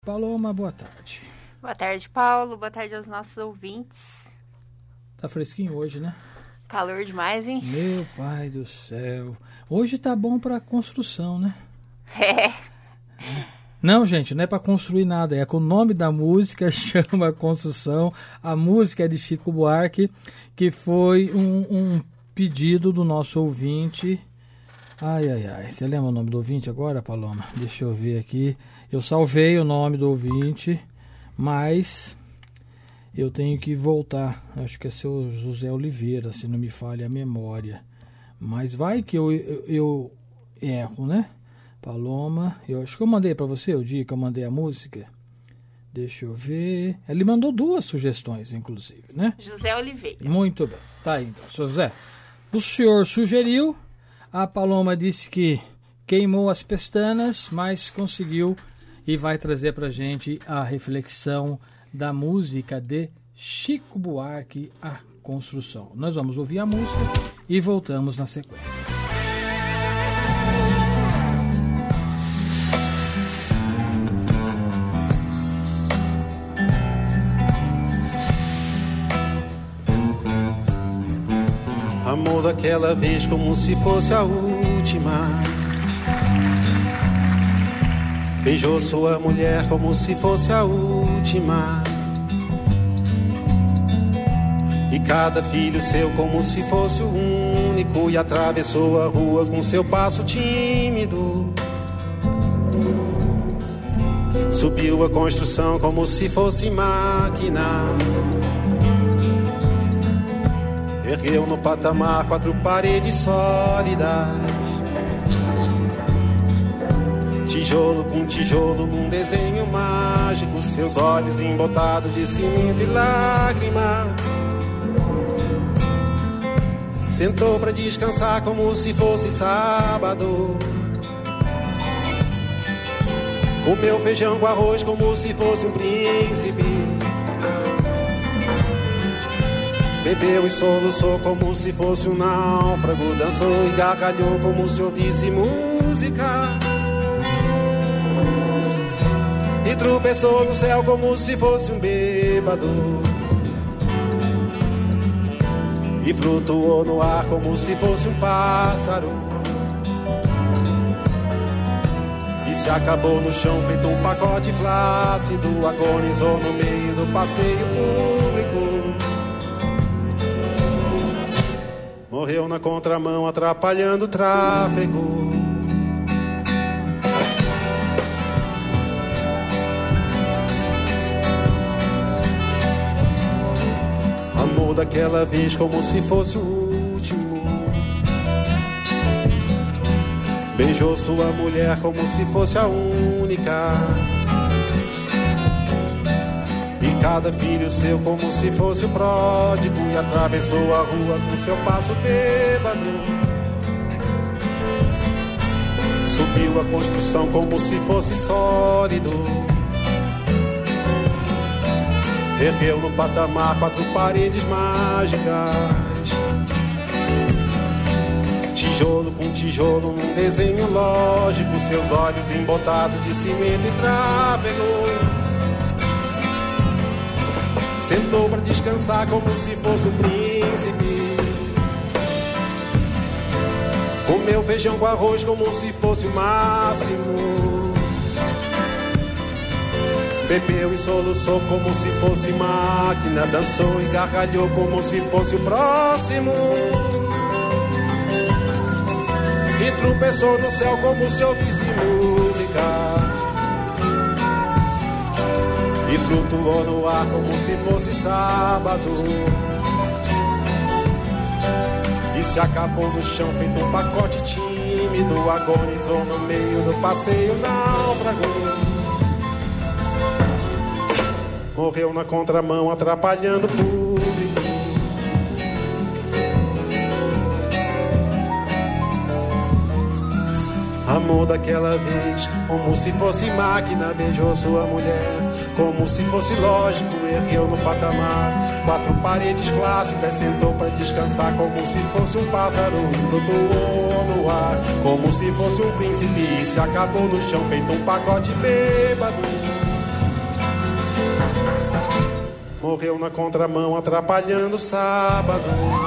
Paloma, boa tarde. Boa tarde, Paulo. Boa tarde aos nossos ouvintes. Tá fresquinho hoje, né? Calor demais, hein? Meu pai do céu. Hoje tá bom pra construção, né? Não, gente, não é pra construir nada. É que o nome da música chama Construção. A música é de Chico Buarque, que foi um pedido do nosso ouvinte. Ai. Você lembra o nome do ouvinte agora, Paloma? Deixa eu ver aqui. Eu salvei o nome do ouvinte, mas eu tenho que voltar. Acho que é seu José Oliveira, se não me falha a memória. Mas vai que eu erro, né? Paloma, eu acho que eu mandei para você o dia que eu mandei a música. Deixa eu ver. Ele mandou 2 sugestões, inclusive, né? José Oliveira. Muito bem. Tá aí, então. Seu José, o senhor sugeriu, a Paloma disse que queimou as pestanas, mas conseguiu e vai trazer pra gente a reflexão da música de Chico Buarque, A Construção. Nós vamos ouvir a música e voltamos na sequência. Amor daquela vez como se fosse a última. Beijou sua mulher como se fosse a última. E cada filho seu como se fosse o único. E atravessou a rua com seu passo tímido. Subiu a construção como se fosse máquina. Ergueu no patamar 4 paredes sólidas. Tijolo com tijolo num desenho mágico. Seus olhos embotados de cimento e lágrima. Sentou pra descansar como se fosse sábado. Comeu feijão com arroz como se fosse um príncipe. Bebeu e soluçou como se fosse um náufrago. Dançou e gargalhou como se ouvisse música. E tropeçou no céu como se fosse um bêbado. E flutuou no ar como se fosse um pássaro. E se acabou no chão feito um pacote flácido. Agonizou no meio do passeio público. Morreu na contramão atrapalhando o tráfego. Amor daquela vez como se fosse o último. Beijou sua mulher como se fosse a única. E cada filho seu como se fosse o pródigo. E atravessou a rua com seu passo bêbado. Subiu a construção como se fosse sólido. Ergueu no patamar 4 paredes mágicas. Tijolo com tijolo num desenho lógico. Seus olhos embotados de cimento e tráfego. Sentou pra descansar como se fosse um príncipe. Comeu feijão com arroz como se fosse o máximo. Bebeu e soluçou como se fosse máquina. Dançou e gargalhou como se fosse o próximo. E tropeçou no céu como se ouvisse música. E flutuou no ar como se fosse sábado. E se acabou no chão feito um pacote tímido. Agonizou no meio do passeio náufrago. Morreu na contramão atrapalhando o público. Amor daquela vez como se fosse máquina. Beijou sua mulher como se fosse lógico. Ergueu no patamar 4 paredes flácidas. Sentou pra descansar como se fosse um pássaro. Flutuou no ar como se fosse um príncipe. Se acabou no chão feito um pacote bêbado. correu na contramão, atrapalhando o sábado.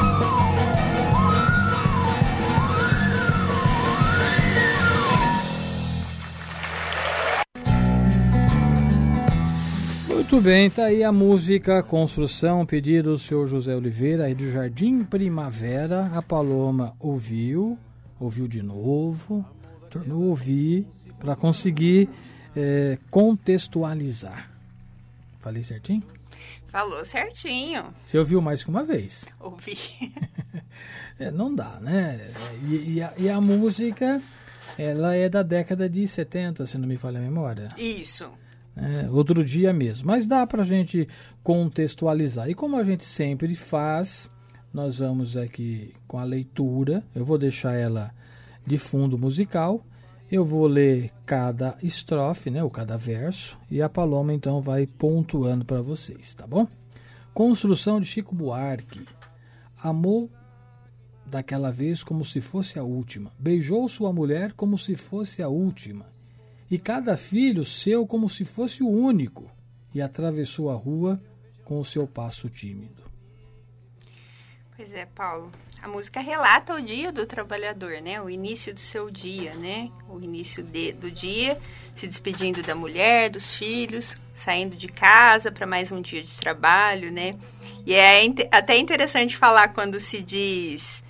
Muito bem, tá aí a música Construção, pedido do senhor José Oliveira, aí do Jardim Primavera. A Paloma ouviu de novo, tornou a ouvir, para conseguir contextualizar. Falei certinho? Falou certinho. Você ouviu mais que uma vez? Ouvi. Não dá, né? E a música, ela é da década de 70, se não me falha a memória. Isso. Outro dia mesmo, mas dá pra gente contextualizar, e como a gente sempre faz, nós vamos aqui com a leitura. Eu vou deixar ela de fundo musical, eu vou ler cada estrofe, né, ou cada verso, e a Paloma então vai pontuando para vocês, tá bom? Construção de Chico Buarque. Amou daquela vez como se fosse a última, beijou sua mulher como se fosse a última, e cada filho seu como se fosse o único, e atravessou a rua com o seu passo tímido. Pois é, Paulo. A música relata o dia do trabalhador, né? O início do seu dia, né? O início do dia, se despedindo da mulher, dos filhos, saindo de casa para mais um dia de trabalho, né? E é até interessante falar quando se diz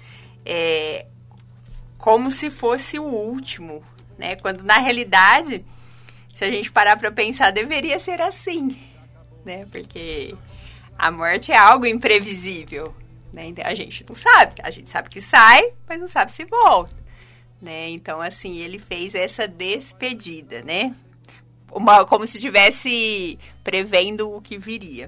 como se fosse o último, né? Quando na realidade, se a gente parar para pensar, deveria ser assim, né? Porque a morte é algo imprevisível, né? Então a gente não sabe, a gente sabe que sai, mas não sabe se volta, né? Então assim, ele fez essa despedida, né? Como se estivesse prevendo o que viria.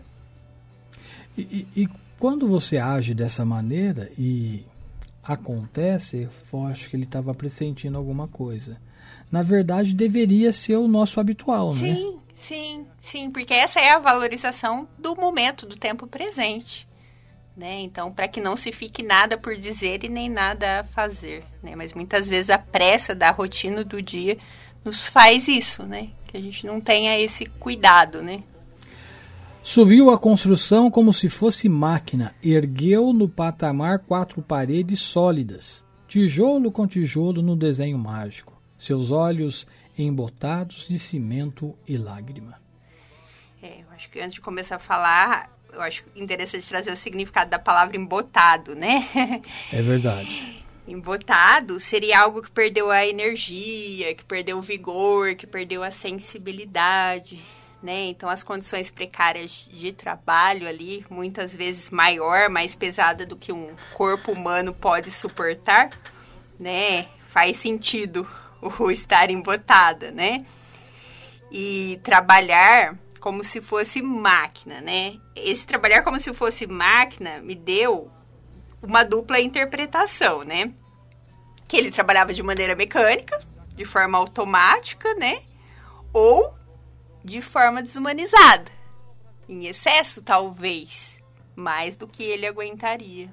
E quando você age dessa maneira e acontece, eu acho que ele estava pressentindo alguma coisa. Na verdade, deveria ser o nosso habitual, né? Sim, porque essa é a valorização do momento, do tempo presente, né? Então, para que não se fique nada por dizer e nem nada a fazer, né? Mas muitas vezes a pressa da rotina do dia nos faz isso, né? Que a gente não tenha esse cuidado, né? Subiu a construção como se fosse máquina, ergueu no patamar 4 paredes sólidas, tijolo com tijolo no desenho mágico. Seus olhos embotados de cimento e lágrima. Eu acho que antes de começar a falar, eu acho interessante trazer o significado da palavra embotado, né? É verdade. Embotado seria algo que perdeu a energia, que perdeu o vigor, que perdeu a sensibilidade, né? Então, as condições precárias de trabalho ali, muitas vezes maior, mais pesada do que um corpo humano pode suportar, né? Faz sentido o estar embotada, né? E trabalhar como se fosse máquina, né? Esse trabalhar como se fosse máquina me deu uma dupla interpretação, né? Que ele trabalhava de maneira mecânica, de forma automática, né? Ou de forma desumanizada. Em excesso, talvez, mais do que ele aguentaria.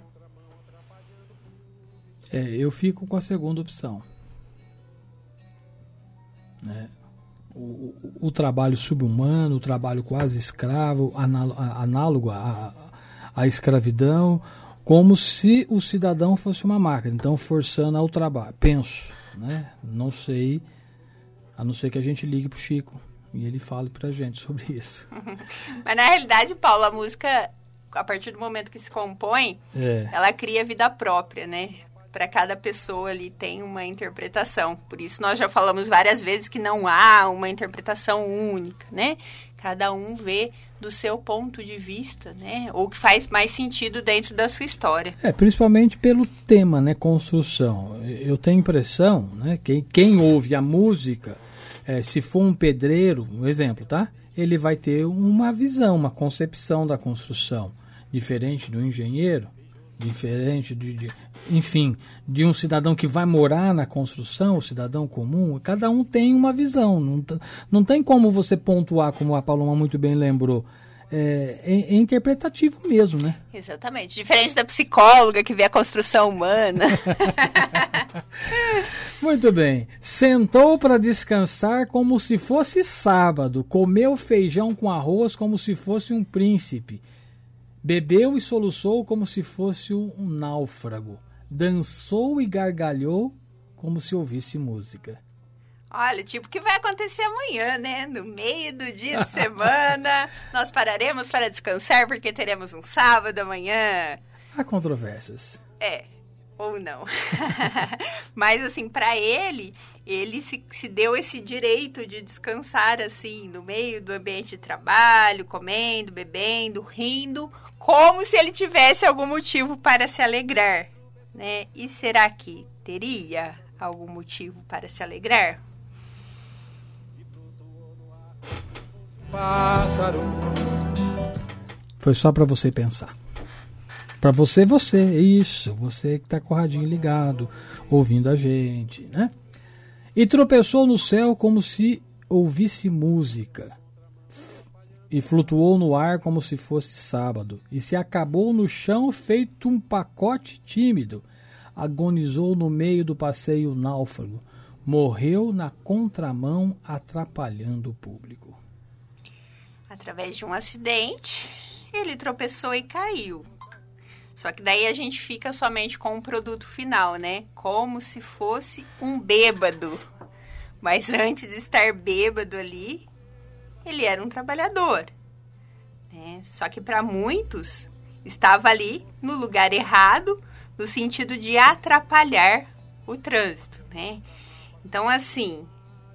Eu fico com a segunda opção. Né? O trabalho subhumano, o trabalho quase escravo, análogo à escravidão, como se o cidadão fosse uma máquina, então forçando ao trabalho. Penso, né? Não sei, a não ser que a gente ligue pro Chico e ele fale pra gente sobre isso. Mas na realidade, Paulo, a música, a partir do momento que se compõe, ela cria vida própria, né? Para cada pessoa ali tem uma interpretação. Por isso nós já falamos várias vezes que não há uma interpretação única, né? Cada um vê do seu ponto de vista, né? Ou que faz mais sentido dentro da sua história. Principalmente pelo tema, né? Construção. Eu tenho a impressão, né? Quem ouve a música, se for um pedreiro, um exemplo, tá? Ele vai ter uma visão, uma concepção da construção. Diferente do engenheiro, diferente enfim, de um cidadão que vai morar na construção, o cidadão comum, cada um tem uma visão. Não tem como você pontuar, como a Paloma muito bem lembrou. É interpretativo mesmo, né? Exatamente. Diferente da psicóloga que vê a construção humana. Muito bem. Sentou para descansar como se fosse sábado. Comeu feijão com arroz como se fosse um príncipe. Bebeu e soluçou como se fosse um náufrago. Dançou e gargalhou como se ouvisse música. Olha, tipo o que vai acontecer amanhã, né? No meio do dia de semana, nós pararemos para descansar porque teremos um sábado amanhã. Há controvérsias. Ou não. Mas, assim, para ele se deu esse direito de descansar, assim, no meio do ambiente de trabalho, comendo, bebendo, rindo, como se ele tivesse algum motivo para se alegrar, né? E será que teria algum motivo para se alegrar? Pássaro. Foi só para você pensar. Para você, isso, você que tá com o radinho ligado, ouvindo a gente, né? E tropeçou no céu como se ouvisse música, e flutuou no ar como se fosse sábado, e se acabou no chão feito um pacote tímido, agonizou no meio do passeio náufrago, morreu na contramão atrapalhando o público. Através de um acidente, ele tropeçou e caiu. Só que daí a gente fica somente com o produto final, né? Como se fosse um bêbado. Mas antes de estar bêbado ali, ele era um trabalhador, né? Só que para muitos, estava ali no lugar errado, no sentido de atrapalhar o trânsito, né? Então, assim,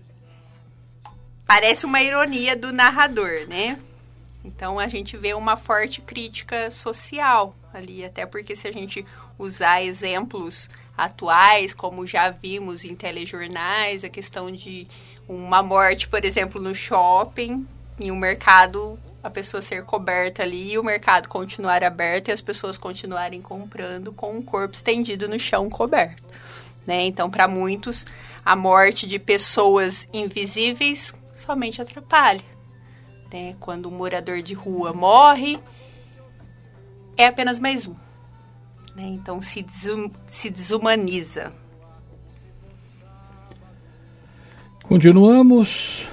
parece uma ironia do narrador, né? Então, a gente vê uma forte crítica social ali, até porque se a gente usar exemplos atuais, como já vimos em telejornais, a questão de uma morte, por exemplo, no shopping, em um mercado, a pessoa ser coberta ali e o mercado continuar aberto e as pessoas continuarem comprando com o corpo estendido no chão coberto, né? Então, para muitos, a morte de pessoas invisíveis somente atrapalha, né? Quando um morador de rua morre, é apenas mais um, né? Então se desumaniza. Continuamos.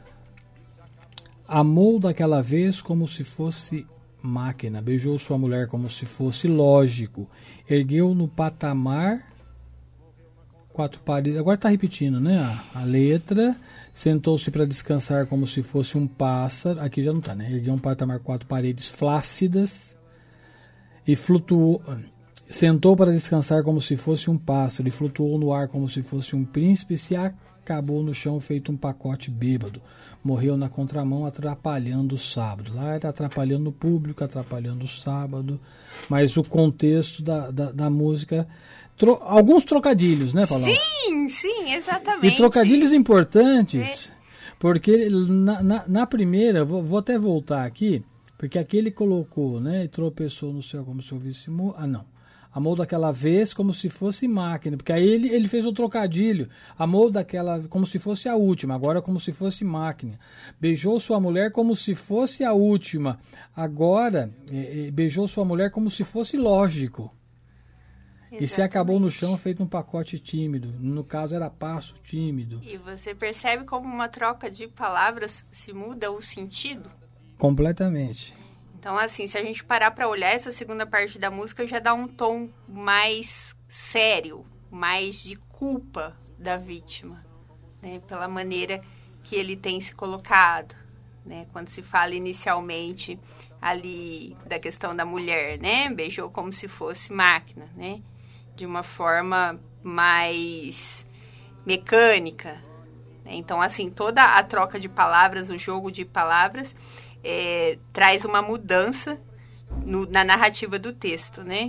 Amou daquela vez como se fosse máquina, beijou sua mulher como se fosse lógico, ergueu no patamar quatro paredes, agora está repetindo, né, a letra, sentou-se para descansar como se fosse um pássaro, aqui já não está, né, ergueu um patamar quatro paredes flácidas, e flutuou, sentou para descansar como se fosse um pássaro, e flutuou no ar como se fosse um príncipe, e se acabou no chão feito um pacote bêbado, morreu na contramão atrapalhando o sábado. Lá era atrapalhando o público, atrapalhando o sábado, mas o contexto da música, alguns trocadilhos, né, Paula? Sim, exatamente. E trocadilhos importantes, porque na primeira, vou até voltar aqui, porque aqui ele colocou, né, e tropeçou no céu como se ouvisse... Amou daquela vez como se fosse máquina, porque aí ele fez o trocadilho. Amou daquela como se fosse a última, agora como se fosse máquina. Beijou sua mulher como se fosse a última, agora beijou sua mulher como se fosse lógico. Exatamente. E se acabou no chão feito um pacote tímido. No caso era passo tímido. E você percebe como uma troca de palavras se muda o sentido? Completamente. Então, assim, se a gente parar para olhar essa segunda parte da música, já dá um tom mais sério, mais de culpa da vítima, né? Pela maneira que ele tem se colocado, né? Quando se fala inicialmente ali da questão da mulher, né? Beijou como se fosse máquina, né? De uma forma mais mecânica, né? Então, assim, toda a troca de palavras, o jogo de palavras... traz uma mudança na narrativa do texto, né?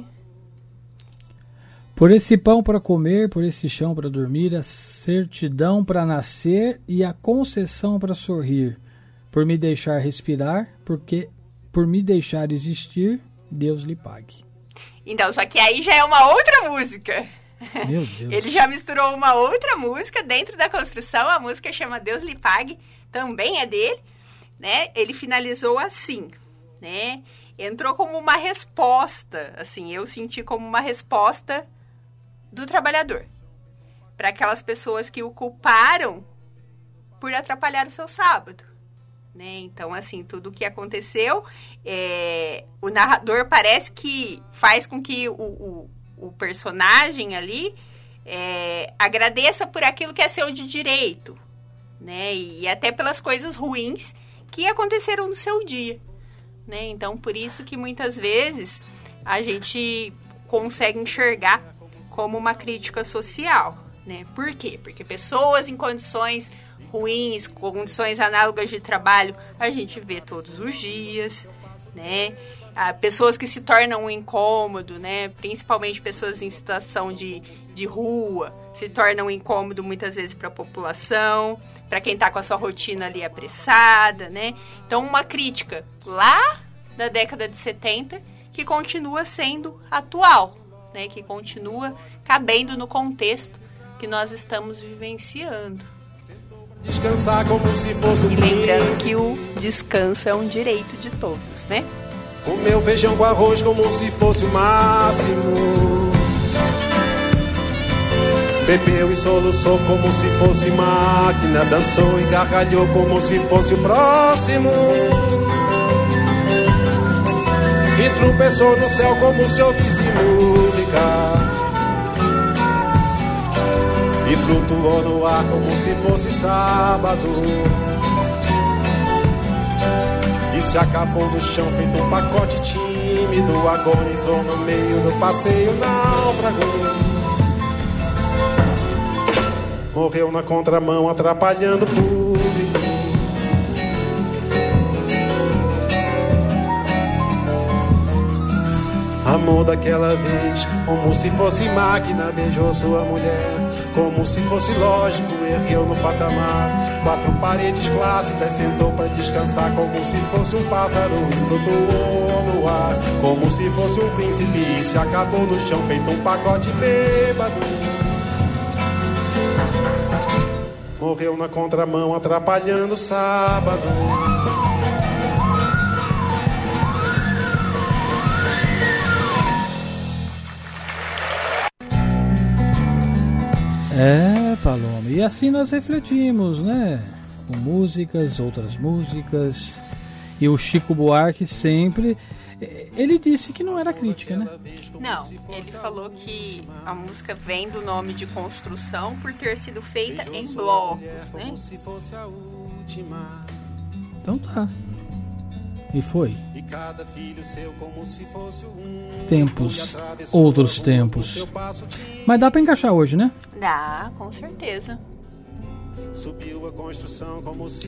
Por esse pão para comer, por esse chão para dormir, a certidão para nascer e a concessão para sorrir, por me deixar respirar, porque por me deixar existir, Deus lhe pague. Então, só que aí já é uma outra música. Meu Deus. Ele já misturou uma outra música dentro da construção, a música chama Deus lhe pague, também é dele. Né? Ele finalizou assim, né? Entrou como uma resposta, assim, eu senti como uma resposta do trabalhador para aquelas pessoas que o culparam por atrapalhar o seu sábado, né? Então, assim, tudo o que aconteceu, o narrador parece que faz com que o personagem ali agradeça por aquilo que é seu de direito, né? E até pelas coisas ruins que aconteceram no seu dia, né? Então, por isso que muitas vezes a gente consegue enxergar como uma crítica social, né? Por quê? Porque pessoas em condições ruins, condições análogas de trabalho, a gente vê todos os dias, né? Pessoas que se tornam um incômodo, né? Principalmente pessoas em situação de rua, se tornam um incômodo muitas vezes para a população, para quem está com a sua rotina ali apressada, né? Então, uma crítica lá da década de 70 que continua sendo atual, né? Que continua cabendo no contexto que nós estamos vivenciando. Descansar como se fosse e lembrando que o descanso é um direito de todos, né? Comeu feijão com arroz como se fosse o máximo. Bebeu e soluçou como se fosse máquina. Dançou e gargalhou como se fosse o próximo. E tropeçou no céu como se ouvisse música. E flutuou no ar como se fosse sábado. E se acabou no chão feito um pacote tímido. Agonizou no meio do passeio náufrago. Morreu na contramão atrapalhando o público. Amor daquela vez, como se fosse máquina, beijou sua mulher. Como se fosse lógico, ergueu no patamar. 4 paredes flácidas, sentou pra descansar. Como se fosse um pássaro, flutuou no ar. Como se fosse um príncipe, e se acabou no chão, feito um pacote bêbado. Morreu na contramão, atrapalhando o sábado. Paloma, e assim nós refletimos, né? Com músicas, outras músicas. E o Chico Buarque sempre... Ele disse que não era crítica, né? Não, ele falou que a música vem do nome de construção por ter sido feita em blocos, né? Então tá. E foi. Tempos, outros tempos. Mas dá pra encaixar hoje, né? Dá, com certeza. Subiu a construção como se